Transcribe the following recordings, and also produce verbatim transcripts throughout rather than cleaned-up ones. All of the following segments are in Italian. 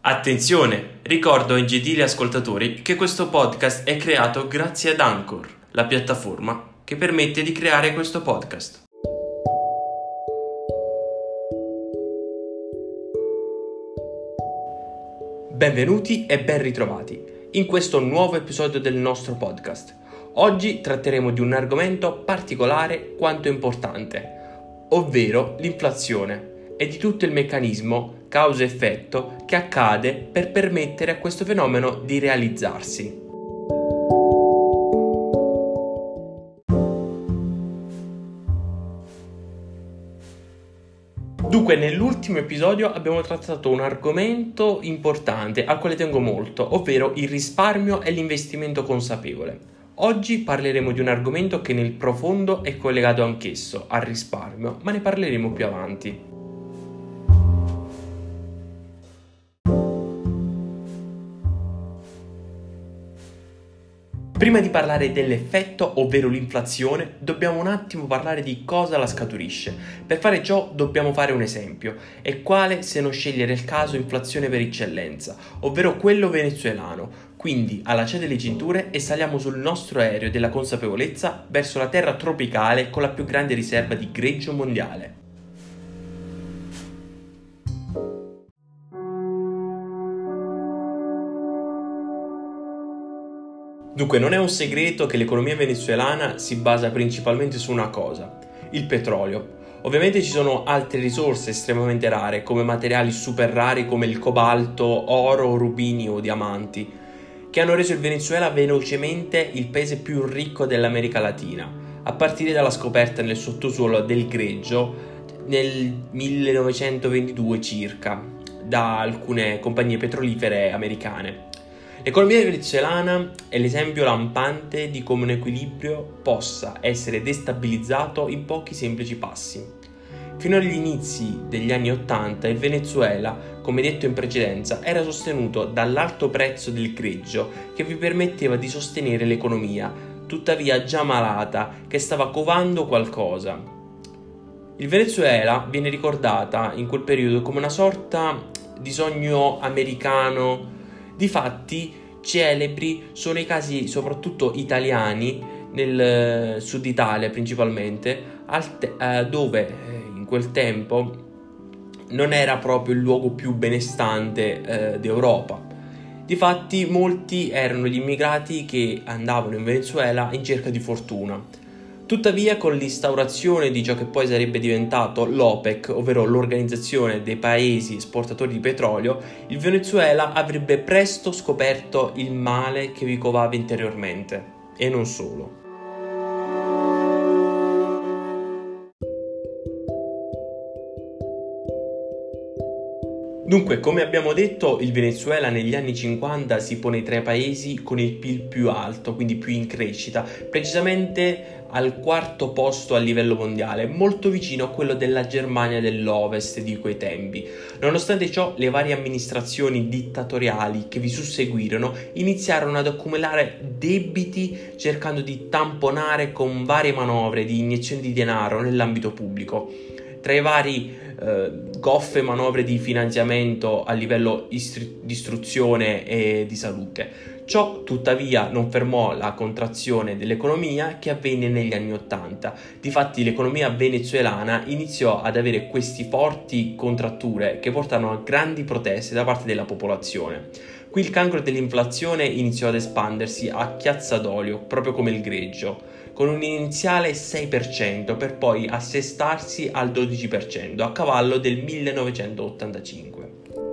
Attenzione! Ricordo ai gentili ascoltatori che questo podcast è creato grazie ad Anchor, la piattaforma che permette di creare questo podcast. Benvenuti e ben ritrovati in questo nuovo episodio del nostro podcast. Oggi tratteremo di un argomento particolare quanto importante, ovvero l'inflazione e di tutto il meccanismo causa-effetto che accade per permettere a questo fenomeno di realizzarsi. Dunque, nell'ultimo episodio abbiamo trattato un argomento importante al quale tengo molto, ovvero il risparmio e l'investimento consapevole. Oggi parleremo di un argomento che nel profondo è collegato anch'esso al risparmio, ma ne parleremo più avanti. Prima di parlare dell'effetto, ovvero l'inflazione, dobbiamo un attimo parlare di cosa la scaturisce. Per fare ciò dobbiamo fare un esempio, e quale se non scegliere il caso inflazione per eccellenza, ovvero quello venezuelano. Quindi allacciate le cinture e saliamo sul nostro aereo della consapevolezza verso la terra tropicale con la più grande riserva di greggio mondiale. Dunque, non è un segreto che l'economia venezuelana si basa principalmente su una cosa, il petrolio. Ovviamente ci sono altre risorse estremamente rare, come materiali super rari come il cobalto, oro, rubini o diamanti, che hanno reso il Venezuela velocemente il paese più ricco dell'America Latina, a partire dalla scoperta nel sottosuolo del Greggio nel millenovecentoventidue circa, da alcune compagnie petrolifere americane. L'economia venezuelana è l'esempio lampante di come un equilibrio possa essere destabilizzato in pochi semplici passi. Fino agli inizi degli anni Ottanta il Venezuela, come detto in precedenza, era sostenuto dall'alto prezzo del greggio che vi permetteva di sostenere l'economia, tuttavia già malata, che stava covando qualcosa. Il Venezuela viene ricordata in quel periodo come una sorta di sogno americano. Difatti, celebri sono i casi soprattutto italiani, nel sud Italia principalmente, dove in quel tempo non era proprio il luogo più benestante eh, d'Europa. Difatti, molti erano gli immigrati che andavano in Venezuela in cerca di fortuna. Tuttavia, con l'instaurazione di ciò che poi sarebbe diventato l'OPEC, ovvero l'Organizzazione dei Paesi Esportatori di Petrolio, il Venezuela avrebbe presto scoperto il male che vi covava interiormente. E non solo. Dunque, come abbiamo detto, il Venezuela negli anni cinquanta si pone tra i paesi con il P I L più alto, quindi più in crescita, precisamente al quarto posto a livello mondiale, molto vicino a quello della Germania dell'Ovest di quei tempi. Nonostante ciò, le varie amministrazioni dittatoriali che vi susseguirono iniziarono ad accumulare debiti cercando di tamponare con varie manovre di iniezioni di denaro nell'ambito pubblico. Tra i vari eh, goffe manovre di finanziamento a livello istri- di istruzione e di salute. Ciò tuttavia non fermò la contrazione dell'economia che avvenne negli anni Ottanta. Difatti l'economia venezuelana iniziò ad avere questi forti contratture che portarono a grandi proteste da parte della popolazione. Qui il cancro dell'inflazione iniziò ad espandersi a chiazza d'olio, proprio come il greggio, con un iniziale sei per cento per poi assestarsi al dodici per cento a cavallo del millenovecentottantacinque.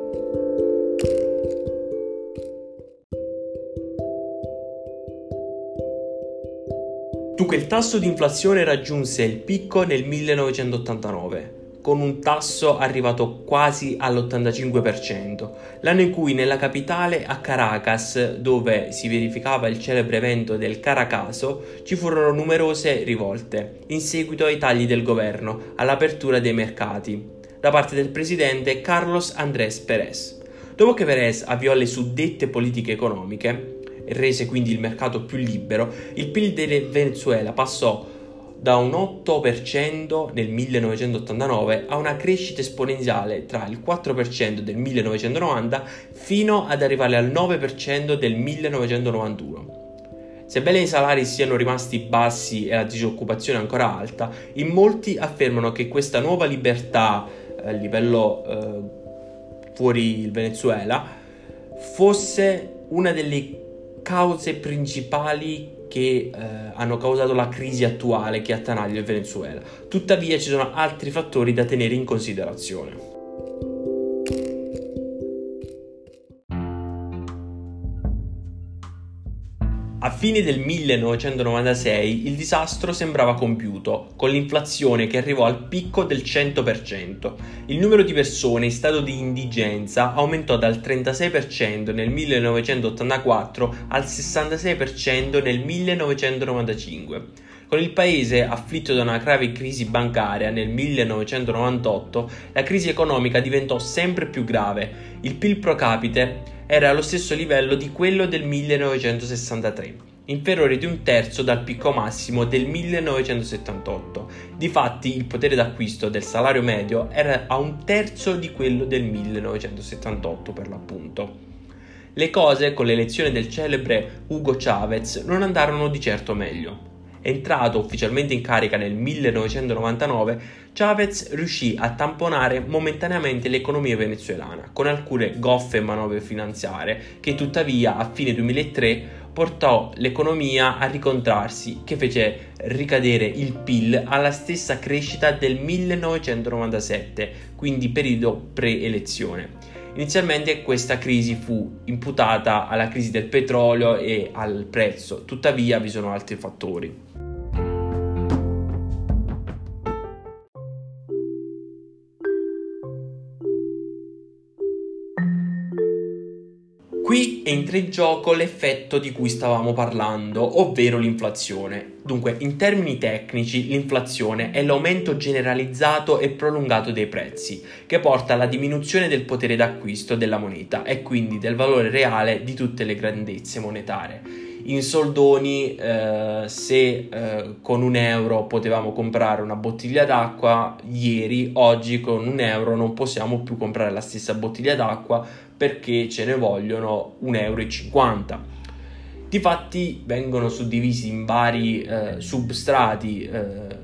Dunque, il tasso di inflazione raggiunse il picco nel millenovecentottantanove, con un tasso arrivato quasi all'ottantacinque per cento, l'anno in cui nella capitale, a Caracas, dove si verificava il celebre evento del Caracaso, ci furono numerose rivolte, in seguito ai tagli del governo all'apertura dei mercati, da parte del presidente Carlos Andrés Pérez. Dopo che Pérez avviò le suddette politiche economiche, e rese quindi il mercato più libero, il P I L del Venezuela passò da un otto per cento nel millenovecentottantanove a una crescita esponenziale tra il quattro per cento del millenovecentonovanta fino ad arrivare al nove per cento del millenovecentonovantuno. Sebbene i salari siano rimasti bassi e la disoccupazione ancora alta, in molti affermano che questa nuova libertà a livello eh, fuori il Venezuela fosse una delle cause principali che eh, hanno causato la crisi attuale che attanaglia il Venezuela. Tuttavia ci sono altri fattori da tenere in considerazione. A fine del millenovecentonovantasei il disastro sembrava compiuto, con l'inflazione che arrivò al picco del cento per cento. Il numero di persone in stato di indigenza aumentò dal trentasei per cento nel millenovecentottantaquattro al sessantasei per cento nel millenovecentonovantacinque. Con il paese afflitto da una grave crisi bancaria nel millenovecentonovantotto, la crisi economica diventò sempre più grave. Il P I L pro capite era allo stesso livello di quello del millenovecentosessantatré, inferiore di un terzo dal picco massimo del millenovecentosettantotto. Difatti, il potere d'acquisto del salario medio era a un terzo di quello del millenovecentosettantotto per l'appunto. Le cose con l'elezione del celebre Hugo Chávez non andarono di certo meglio. Entrato ufficialmente in carica nel millenovecentonovantanove, Chávez riuscì a tamponare momentaneamente l'economia venezuelana con alcune goffe manovre finanziarie che tuttavia a fine duemilatré portò l'economia a ricontrarsi, che fece ricadere il P I L alla stessa crescita del millenovecentonovantasette, quindi periodo pre-elezione. Inizialmente questa crisi fu imputata alla crisi del petrolio e al prezzo, tuttavia vi sono altri fattori. Qui entra in gioco l'effetto di cui stavamo parlando, ovvero l'inflazione. Dunque, in termini tecnici, l'inflazione è l'aumento generalizzato e prolungato dei prezzi, che porta alla diminuzione del potere d'acquisto della moneta e quindi del valore reale di tutte le grandezze monetarie. In soldoni, eh, se eh, con un euro potevamo comprare una bottiglia d'acqua, ieri, oggi con un euro non possiamo più comprare la stessa bottiglia d'acqua perché ce ne vogliono un euro e cinquanta. Difatti vengono suddivisi in vari eh, substrati, eh,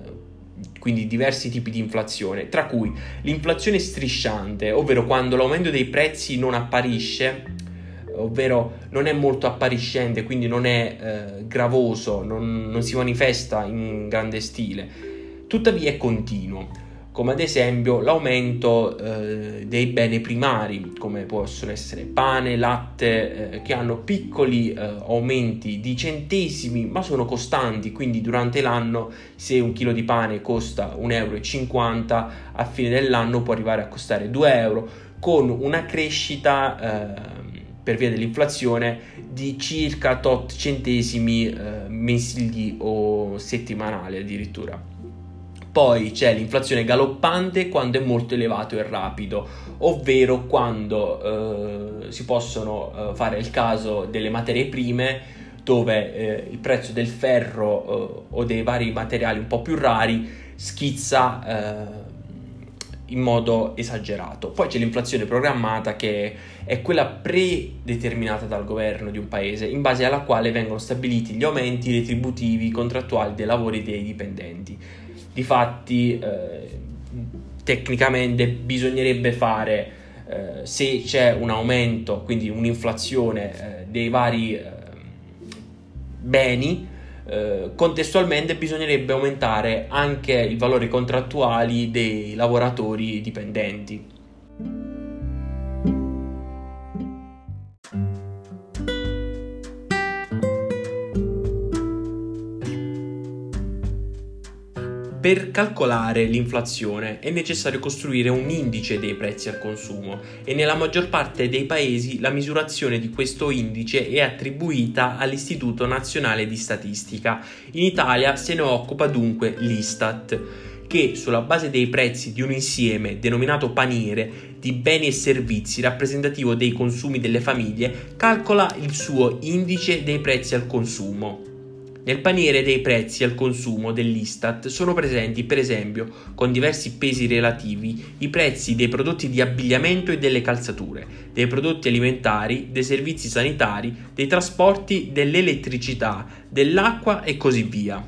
quindi diversi tipi di inflazione, tra cui l'inflazione strisciante, ovvero quando l'aumento dei prezzi non apparisce, ovvero non è molto appariscente, quindi non è eh, gravoso, non, non si manifesta in grande stile, tuttavia è continuo, come ad esempio l'aumento eh, dei beni primari, come possono essere pane, latte, eh, che hanno piccoli eh, aumenti di centesimi, ma sono costanti, quindi durante l'anno se un chilo di pane costa un euro e cinquanta, a fine dell'anno può arrivare a costare due euro, con una crescita eh, per via dell'inflazione di circa tot centesimi eh, mensili o settimanali addirittura. Poi c'è l'inflazione galoppante quando è molto elevato e rapido, ovvero quando eh, si possono eh, fare il caso delle materie prime, dove eh, il prezzo del ferro eh, o dei vari materiali un po' più rari schizza eh, in modo esagerato. Poi c'è l'inflazione programmata, che è quella predeterminata dal governo di un paese, in base alla quale vengono stabiliti gli aumenti retributivi contrattuali dei lavori dei dipendenti. Difatti eh, tecnicamente bisognerebbe fare, eh, se c'è un aumento, quindi un'inflazione eh, dei vari eh, beni, eh, contestualmente bisognerebbe aumentare anche i valori contrattuali dei lavoratori dipendenti. Per calcolare l'inflazione è necessario costruire un indice dei prezzi al consumo e nella maggior parte dei paesi la misurazione di questo indice è attribuita all'Istituto Nazionale di Statistica. In Italia se ne occupa dunque l'Istat, che sulla base dei prezzi di un insieme denominato paniere di beni e servizi rappresentativo dei consumi delle famiglie calcola il suo indice dei prezzi al consumo. Nel paniere dei prezzi al consumo dell'Istat sono presenti, per esempio, con diversi pesi relativi, i prezzi dei prodotti di abbigliamento e delle calzature, dei prodotti alimentari, dei servizi sanitari, dei trasporti, dell'elettricità, dell'acqua e così via.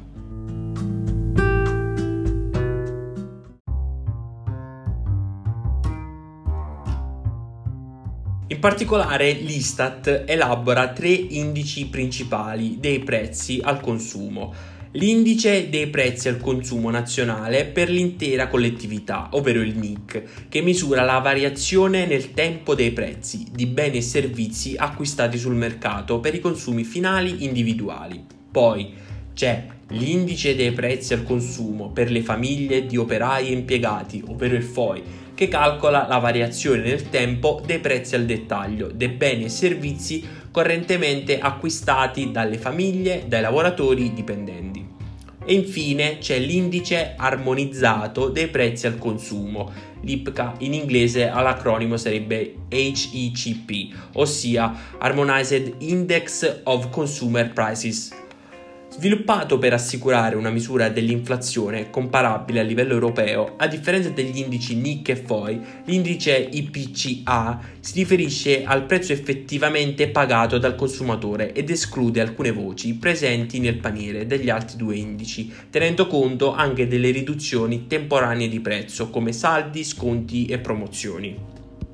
In particolare l'Istat elabora tre indici principali dei prezzi al consumo. L'indice dei prezzi al consumo nazionale per l'intera collettività, ovvero il N I C, che misura la variazione nel tempo dei prezzi di beni e servizi acquistati sul mercato per i consumi finali individuali. Poi c'è l'indice dei prezzi al consumo per le famiglie di operai e impiegati, ovvero il F O I, che calcola la variazione nel tempo dei prezzi al dettaglio dei beni e servizi correntemente acquistati dalle famiglie, dai lavoratori dipendenti. E infine c'è l'indice armonizzato dei prezzi al consumo, l'I P C A in inglese all'acronimo sarebbe H E C P, ossia Harmonized Index of Consumer Prices, sviluppato per assicurare una misura dell'inflazione comparabile a livello europeo. A differenza degli indici N I C e F O I, l'indice I P C A si riferisce al prezzo effettivamente pagato dal consumatore ed esclude alcune voci presenti nel paniere degli altri due indici, tenendo conto anche delle riduzioni temporanee di prezzo come saldi, sconti e promozioni.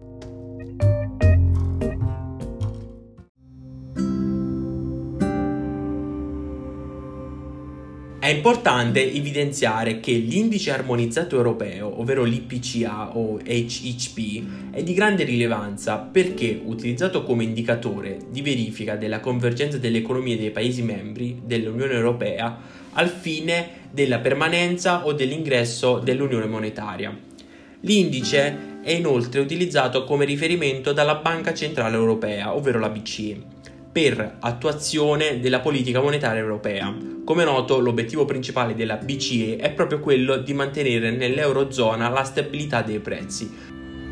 È importante evidenziare che l'indice armonizzato europeo, ovvero l'I P C A o H E C P, è di grande rilevanza perché, utilizzato come indicatore di verifica della convergenza delle economie dei Paesi membri dell'Unione Europea al fine della permanenza o dell'ingresso dell'Unione Monetaria. L'indice è inoltre utilizzato come riferimento dalla Banca Centrale Europea, ovvero la B C E, per attuazione della politica monetaria europea. Come noto, l'obiettivo principale della B C E è proprio quello di mantenere nell'Eurozona la stabilità dei prezzi.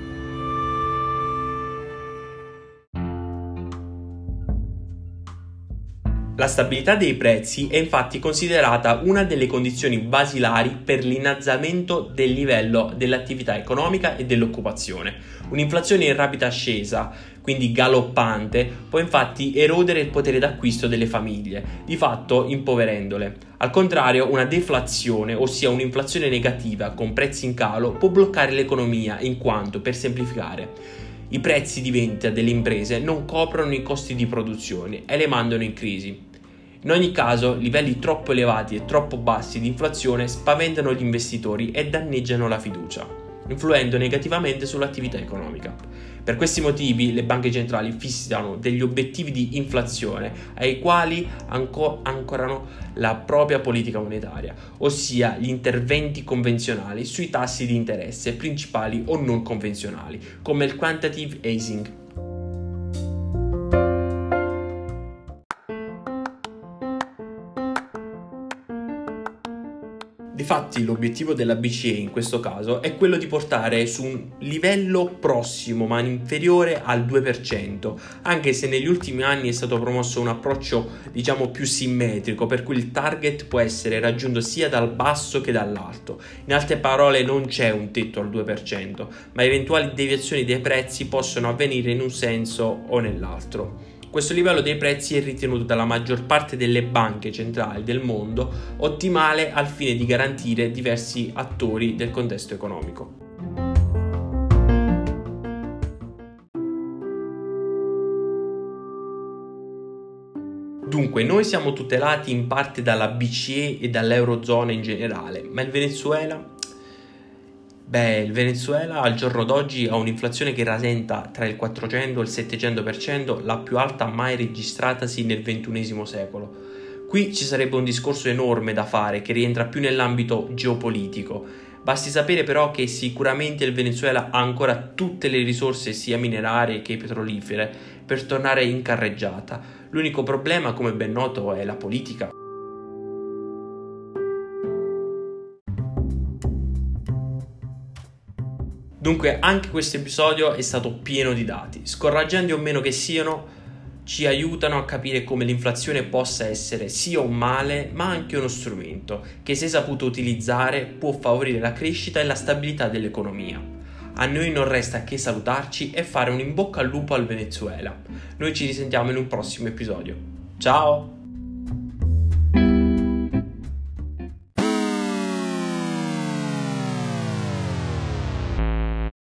La stabilità dei prezzi è infatti considerata una delle condizioni basilari per l'innalzamento del livello dell'attività economica e dell'occupazione. Un'inflazione in rapida ascesa, quindi galoppante, può infatti erodere il potere d'acquisto delle famiglie, di fatto impoverendole. Al contrario, una deflazione, ossia un'inflazione negativa con prezzi in calo, può bloccare l'economia in quanto, per semplificare, i prezzi di vendita delle imprese non coprono i costi di produzione e le mandano in crisi. In ogni caso, livelli troppo elevati e troppo bassi di inflazione spaventano gli investitori e danneggiano la fiducia, influendo negativamente sull'attività economica. Per questi motivi, le banche centrali fissano degli obiettivi di inflazione ai quali anco- ancorano la propria politica monetaria, ossia gli interventi convenzionali sui tassi di interesse principali o non convenzionali, come il quantitative easing. Difatti l'obiettivo della B C E in questo caso è quello di portare su un livello prossimo ma inferiore al due per cento, anche se negli ultimi anni è stato promosso un approccio diciamo più simmetrico, per cui il target può essere raggiunto sia dal basso che dall'alto. In altre parole, non c'è un tetto al due per cento, ma eventuali deviazioni dei prezzi possono avvenire in un senso o nell'altro. Questo livello dei prezzi è ritenuto dalla maggior parte delle banche centrali del mondo ottimale al fine di garantire diversi attori del contesto economico. Dunque, noi siamo tutelati in parte dalla B C E e dall'Eurozona in generale, ma il Venezuela? Beh, il Venezuela al giorno d'oggi ha un'inflazione che rasenta tra il quattrocento e il settecento per cento, la più alta mai registratasi nel ventunesimo secolo. Qui ci sarebbe un discorso enorme da fare che rientra più nell'ambito geopolitico. Basti sapere però che sicuramente il Venezuela ha ancora tutte le risorse sia minerarie che petrolifere per tornare in carreggiata. L'unico problema, come ben noto, è la politica. Dunque, anche questo episodio è stato pieno di dati. Scoraggianti o meno che siano, ci aiutano a capire come l'inflazione possa essere sia un male, ma anche uno strumento che, se saputo utilizzare, può favorire la crescita e la stabilità dell'economia. A noi non resta che salutarci e fare un in bocca al lupo al Venezuela. Noi ci risentiamo in un prossimo episodio. Ciao!